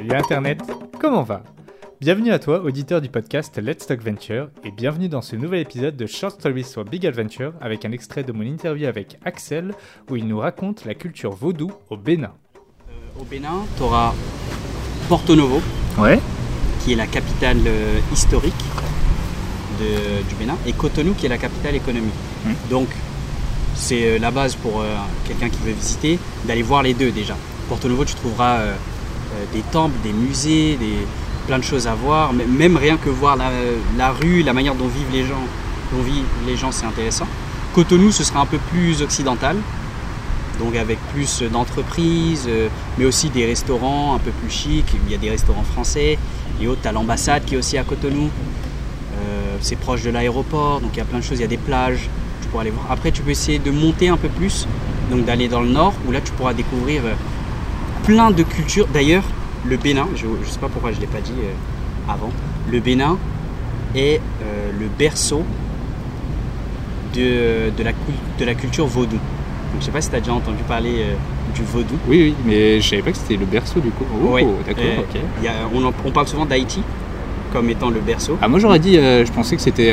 Salut Internet, comment va? Bienvenue à toi, auditeur du podcast Let's Talk Venture, et bienvenue dans ce nouvel épisode de Short Stories for Big Adventure avec un extrait de mon interview avec Axel où il nous raconte la culture vaudou au Bénin. Au Bénin, tu auras Porto Novo, qui est la capitale historique du Bénin, et Cotonou, qui est la capitale économique. Donc, c'est la base pour quelqu'un qui veut visiter, d'aller voir les deux déjà. Porto Novo, tu trouveras des temples, des musées, plein de choses à voir, même rien que voir la rue, la manière dont vivent les gens, c'est intéressant. Cotonou, ce sera un peu plus occidental, donc avec plus d'entreprises, mais aussi des restaurants un peu plus chics. Il y a des restaurants français, et autres, tu as l'ambassade qui est aussi à Cotonou. C'est proche de l'aéroport, donc il y a plein de choses, il y a des plages, tu pourras aller voir. Après, tu peux essayer de monter un peu plus, donc d'aller dans le nord, où là tu pourras découvrir plein de cultures. D'ailleurs, le Bénin, je ne sais pas pourquoi je ne l'ai pas dit avant, le Bénin est le berceau de la culture vaudou. Donc, je ne sais pas si tu as déjà entendu parler du vaudou. Oui, mais je ne savais pas que c'était le berceau du coup. Oh, ouais. D'accord, ok. On parle souvent d'Haïti comme étant le berceau. Ah, moi j'aurais dit, je pensais que c'était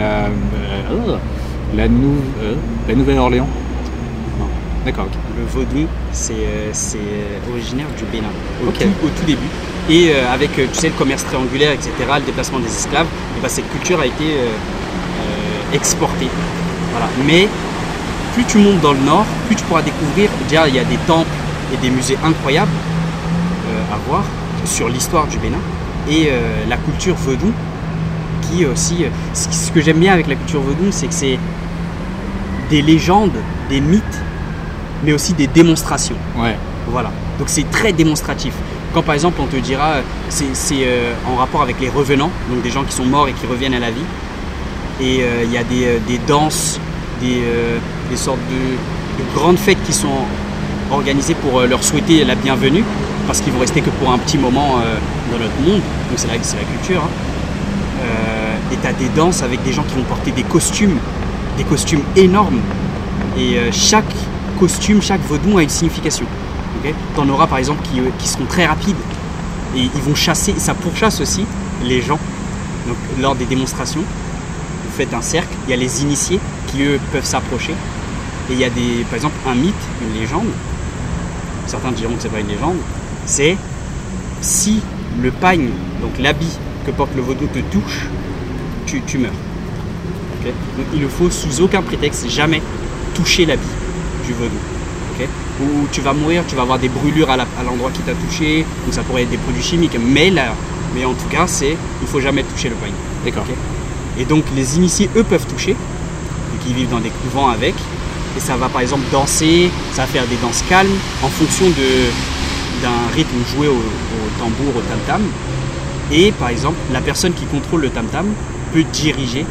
la Nouvelle-Orléans. Non, d'accord, ok. Le vaudou, c'est originaire du Bénin, au tout début. Et avec tu sais, le commerce triangulaire, etc., le déplacement des esclaves, et ben, cette culture a été exportée. Voilà. Mais plus tu montes dans le nord, plus tu pourras découvrir. Déjà, il y a des temples et des musées incroyables à voir sur l'histoire du Bénin. Et la culture vaudou, qui est aussi... ce que j'aime bien avec la culture vaudou, c'est que c'est des légendes, des mythes, mais aussi des démonstrations. Ouais. Voilà. Donc c'est très démonstratif. Quand par exemple on te dira, c'est en rapport avec les revenants, donc des gens qui sont morts et qui reviennent à la vie. Et il y a des danses, des sortes de grandes fêtes qui sont organisées pour leur souhaiter la bienvenue, parce qu'ils vont rester que pour un petit moment dans notre monde. Donc c'est la culture. Et tu as des danses avec des gens qui vont porter des costumes énormes. Et chaque costume, chaque vaudou a une signification. Okay. Tu en auras par exemple qui seront très rapides et ils vont chasser, ça pourchasse aussi les gens. Donc lors des démonstrations, vous faites un cercle, il y a les initiés qui eux peuvent s'approcher. Et il y a par exemple un mythe, une légende, certains diront que c'est pas une légende, c'est si le pagne, donc l'habit que porte le vaudou te touche, tu meurs. Okay. Donc il ne faut sous aucun prétexte jamais toucher l'habit du vaudou. Okay. Ou tu vas mourir, tu vas avoir des brûlures à l'endroit qui t'a touché, donc ça pourrait être des produits chimiques, mais en tout cas, il ne faut jamais toucher le pagne. D'accord. Okay. Et donc les initiés, eux, peuvent toucher, donc ils vivent dans des couvents avec, et ça va par exemple danser, ça va faire des danses calmes en fonction d'un rythme joué au tambour, au tam-tam. Et par exemple, la personne qui contrôle le tam-tam peut diriger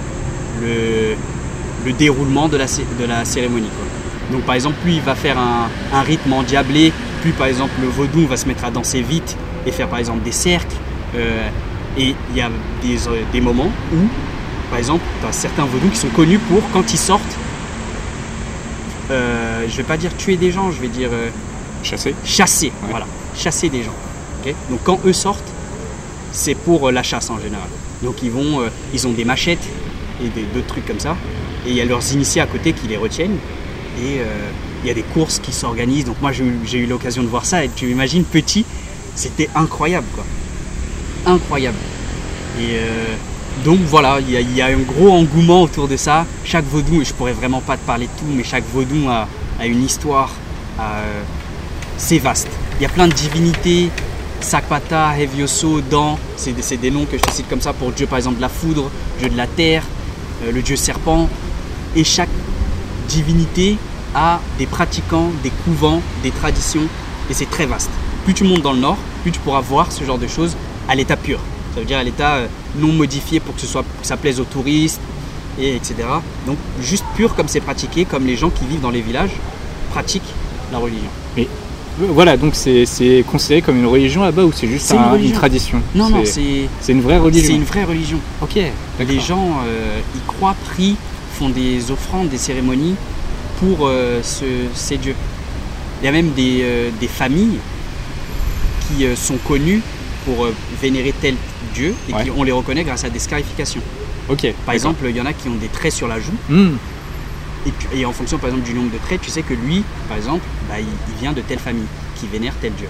le déroulement de la cérémonie, quoi. Donc par exemple, plus il va faire un rythme endiablé, plus par exemple le vaudou va se mettre à danser vite et faire par exemple des cercles. Et il y a des moments où, par exemple, tu as certains vaudous qui sont connus pour, quand ils sortent, je ne vais pas dire tuer des gens, je vais dire... Chasser. Ouais. Voilà. Chasser des gens. Okay. Donc quand eux sortent, c'est pour la chasse en général. Donc ils ont des machettes et d'autres trucs comme ça. Et il y a leurs initiés à côté qui les retiennent. Et il y a des courses qui s'organisent. Donc moi j'ai eu l'occasion de voir ça. Et tu imagines, petit, c'était incroyable, quoi. Incroyable. Et donc voilà, il y a un gros engouement autour de ça. Chaque vaudou, et je pourrais vraiment pas te parler de tout, mais chaque vaudou a une histoire. C'est vaste. Il y a plein de divinités. Sakpata, Hevioso, Dan, c'est des noms que je te cite comme ça pour Dieu par exemple de la foudre, Dieu de la terre, le Dieu serpent. Et chaque divinité a des pratiquants, des couvents, des traditions, et c'est très vaste. Plus tu montes dans le nord, plus tu pourras voir ce genre de choses à l'état pur. Ça veut dire à l'état non modifié pour que ça plaise aux touristes, etc. Donc juste pur comme c'est pratiqué, comme les gens qui vivent dans les villages pratiquent la religion. Mais voilà, donc c'est considéré comme une religion là-bas ou c'est juste une tradition? Non, c'est une vraie religion. C'est une vraie religion. Ok, d'accord. Les gens y croient, prient, font des offrandes, des cérémonies pour ces dieux. Il y a même des familles qui sont connus pour vénérer tel dieu et on les reconnaît grâce à des scarifications. Par exemple, il y en a qui ont des traits sur la joue. Et en fonction par exemple du nombre de traits, tu sais que lui, par exemple, il vient de telle famille qui vénère tel dieu.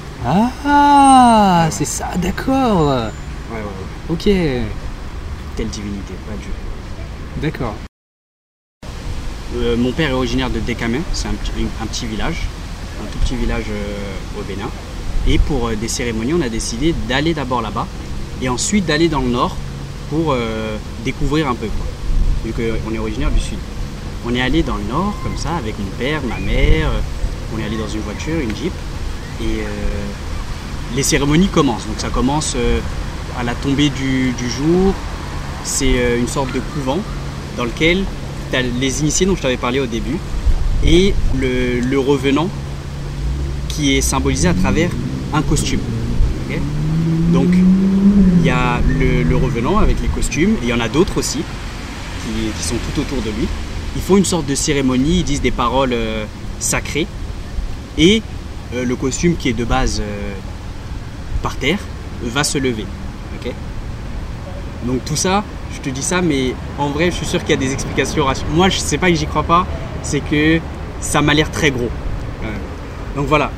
Ah, c'est ça, d'accord. Ouais. Ok. Telle divinité, pas dieu. D'accord. Mon père est originaire de Décamé, c'est un petit village, un tout petit village au Bénin. Et pour des cérémonies, on a décidé d'aller d'abord là-bas et ensuite d'aller dans le nord pour découvrir un peu, quoi, vu qu'on est originaire du sud. On est allé dans le nord comme ça avec mon père, ma mère, on est allé dans une voiture, une Jeep, et les cérémonies commencent. Donc ça commence à la tombée du jour, c'est une sorte de couvent dans lequel tu as les initiés dont je t'avais parlé au début et le revenant qui est symbolisé à travers un costume. Okay, donc il y a le revenant avec les costumes, et il y en a d'autres aussi qui sont tout autour de lui. Ils font une sorte de cérémonie, ils disent des paroles sacrées, et le costume qui est de base par terre va se lever. Okay, donc tout ça, je te dis ça, mais en vrai je suis sûr qu'il y a des explications. Moi je sais pas que j'y crois pas, c'est que ça m'a l'air très gros. Donc voilà,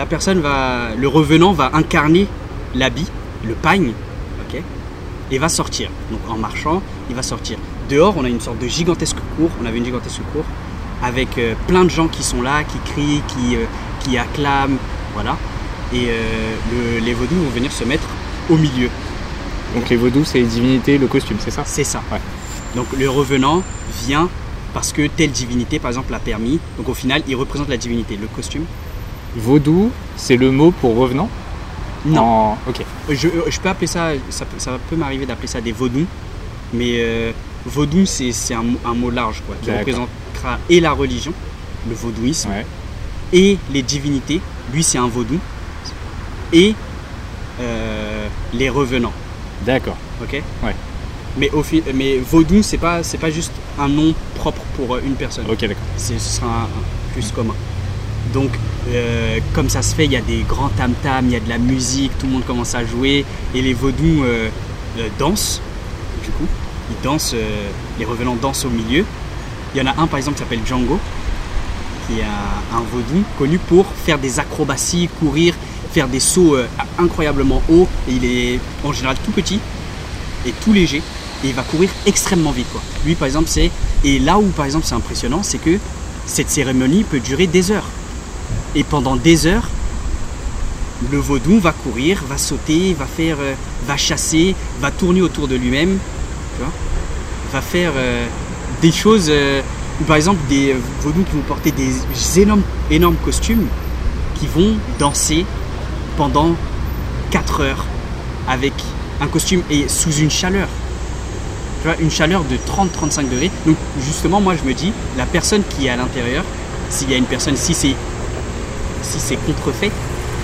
le revenant va incarner l'habit, le pagne, okay, et va sortir. Donc en marchant, il va sortir. Dehors, on a une sorte de gigantesque cour. On avait une gigantesque cour avec plein de gens qui sont là, qui crient, qui acclament, voilà. Et les vaudous vont venir se mettre au milieu. Donc les vaudous, c'est les divinités, le costume, c'est ça ? C'est ça. Ouais. Donc le revenant vient parce que telle divinité, par exemple, l'a permis. Donc au final, il représente la divinité, le costume. Vaudou, c'est le mot pour revenant ? Non. Ok. Je peux appeler ça peut m'arriver d'appeler ça des vaudous, mais vaudou c'est un mot large, quoi, qui représentera et la religion, le vaudouisme, et les divinités. Lui c'est un vaudou, et les revenants. D'accord. Ok. Ouais. Mais vaudou c'est pas juste un nom propre pour une personne. Ok, d'accord. Ce sera un plus commun. Donc, comme ça se fait, il y a des grands tam-tams, il y a de la musique, tout le monde commence à jouer, et les vaudous dansent. Du coup, ils dansent, les revenants dansent au milieu. Il y en a un par exemple qui s'appelle Django, qui est un vaudou connu pour faire des acrobaties, courir, faire des sauts incroyablement hauts. Et il est en général tout petit et tout léger, et il va courir extrêmement vite, quoi. Lui par exemple, et là où par exemple c'est impressionnant, c'est que cette cérémonie peut durer des heures. Et pendant des heures, le vaudou va courir, va sauter, va chasser, va tourner autour de lui-même, tu vois, va faire des choses. Par exemple, des vaudous qui vont porter des énormes costumes, qui vont danser pendant 4 heures avec un costume et sous une chaleur. Tu vois, une chaleur de 30-35 degrés. Donc justement, moi je me dis, la personne qui est à l'intérieur, s'il y a une personne, si c'est contrefait,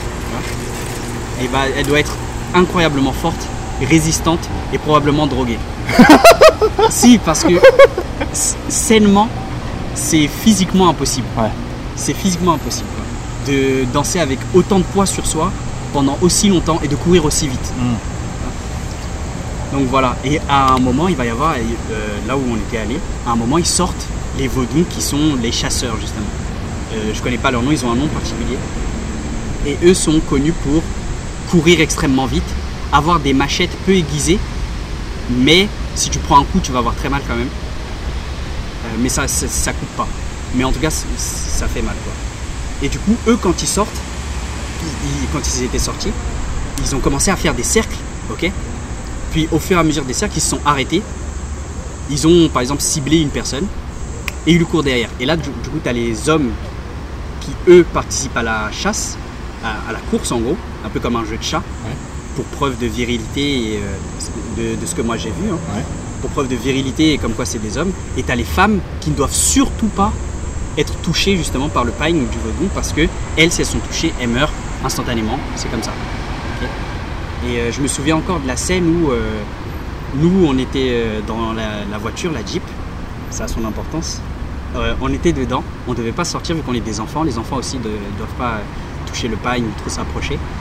et bah, elle doit être incroyablement forte, résistante et probablement droguée. Si, parce que sainement, c'est physiquement impossible. Ouais. C'est physiquement impossible, quoi, de danser avec autant de poids sur soi pendant aussi longtemps et de courir aussi vite. Donc voilà, et à un moment, il va y avoir, là où on était allé, à un moment, ils sortent les vaudous qui sont les chasseurs, justement. Je connais pas leur nom, ils ont un nom particulier. Et eux sont connus pour courir extrêmement vite, avoir des machettes peu aiguisées, mais si tu prends un coup, tu vas avoir très mal quand même. Mais ça coupe pas. Mais en tout cas, ça fait mal, quoi. Et du coup, eux, quand ils sortent, quand ils étaient sortis, ils ont commencé à faire des cercles, ok ? Puis au fur et à mesure des cercles, ils se sont arrêtés. Ils ont par exemple ciblé une personne et ils lui courent derrière. Et là, du coup, tu as les hommes qui, eux, participent à la chasse, à la course en gros, un peu comme un jeu de chat, pour preuve de virilité et de ce que moi j'ai vu. Pour preuve de virilité et comme quoi c'est des hommes. Et tu as les femmes qui ne doivent surtout pas être touchées justement par le pagne du vaudou, parce que elles, si elles sont touchées, elles meurent instantanément. C'est comme ça. Okay. Et je me souviens encore de la scène où nous, on était dans la voiture, la Jeep, ça a son importance. On était dedans, on ne devait pas sortir vu qu'on est des enfants. Les enfants aussi ne doivent pas toucher le pagne, trop s'approcher.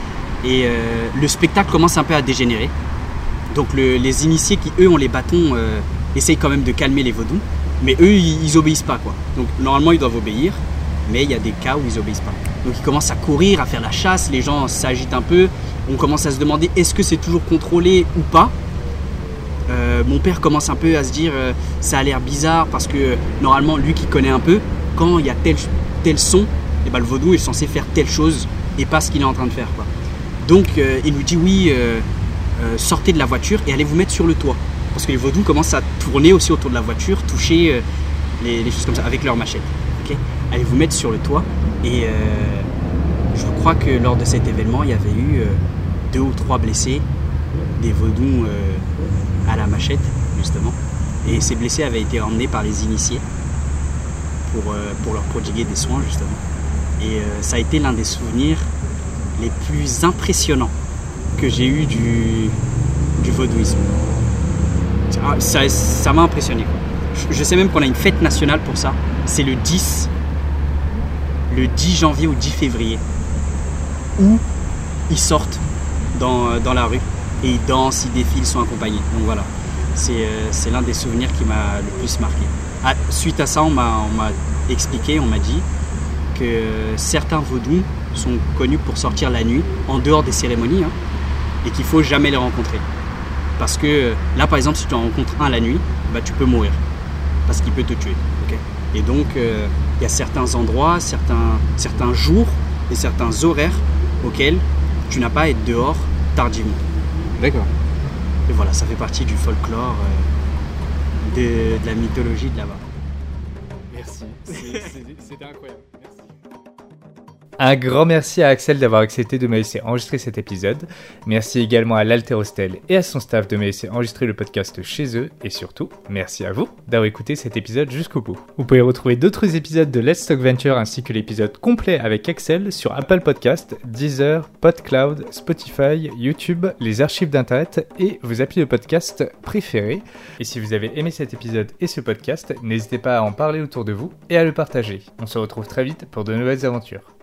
Et le spectacle commence un peu à dégénérer. Donc les initiés qui, eux, ont les bâtons, essayent quand même de calmer les vaudous. Mais eux, ils obéissent pas, quoi. Donc normalement, ils doivent obéir. Mais il y a des cas où ils obéissent pas. Donc ils commencent à courir, à faire la chasse. Les gens s'agitent un peu. On commence à se demander, est-ce que c'est toujours contrôlé ou pas ? Mon père commence un peu à se dire, ça a l'air bizarre. Parce que normalement, lui qui connaît un peu, quand il y a tel son, et ben, le vaudou est censé faire telle chose et pas ce qu'il est en train de faire, quoi. Donc il lui dit oui, sortez de la voiture et allez vous mettre sur le toit. Parce que les vaudous commencent à tourner aussi autour de la voiture, toucher les choses comme ça avec leurs machettes. Okay, allez vous mettre sur le toit. Et je crois que lors de cet événement, il y avait eu 2 ou 3 blessés, des vaudous à la machette, justement. Et ces blessés avaient été emmenés par les initiés pour leur prodiguer des soins, justement. Et ça a été l'un des souvenirs les plus impressionnants que j'ai eu du vaudouisme. Ça m'a impressionné. Je sais même qu'on a une fête nationale pour ça. C'est le 10 janvier ou 10 février où ils sortent dans la rue et ils dansent, ils défilent, ils sont accompagnés. Donc voilà, c'est l'un des souvenirs qui m'a le plus marqué. Suite à ça, on m'a expliqué, on m'a dit que certains vaudous sont connus pour sortir la nuit, en dehors des cérémonies, hein, et qu'il ne faut jamais les rencontrer. Parce que là, par exemple, si tu en rencontres un la nuit, bah, tu peux mourir, parce qu'il peut te tuer. Okay, et donc, il y a certains endroits, certains jours et certains horaires auxquels tu n'as pas à être dehors tardivement. D'accord. Et voilà, ça fait partie du folklore, de la mythologie de là-bas. Merci, c'était incroyable. Merci. Un grand merci à Axel d'avoir accepté de me laisser enregistrer cet épisode. Merci également à l'Alterostel et à son staff de me laisser enregistrer le podcast chez eux. Et surtout, merci à vous d'avoir écouté cet épisode jusqu'au bout. Vous pouvez retrouver d'autres épisodes de Let's Talk Venture ainsi que l'épisode complet avec Axel sur Apple Podcast, Deezer, PodCloud, Spotify, YouTube, les archives d'internet et vos applis de podcast préférés. Et si vous avez aimé cet épisode et ce podcast, n'hésitez pas à en parler autour de vous et à le partager. On se retrouve très vite pour de nouvelles aventures.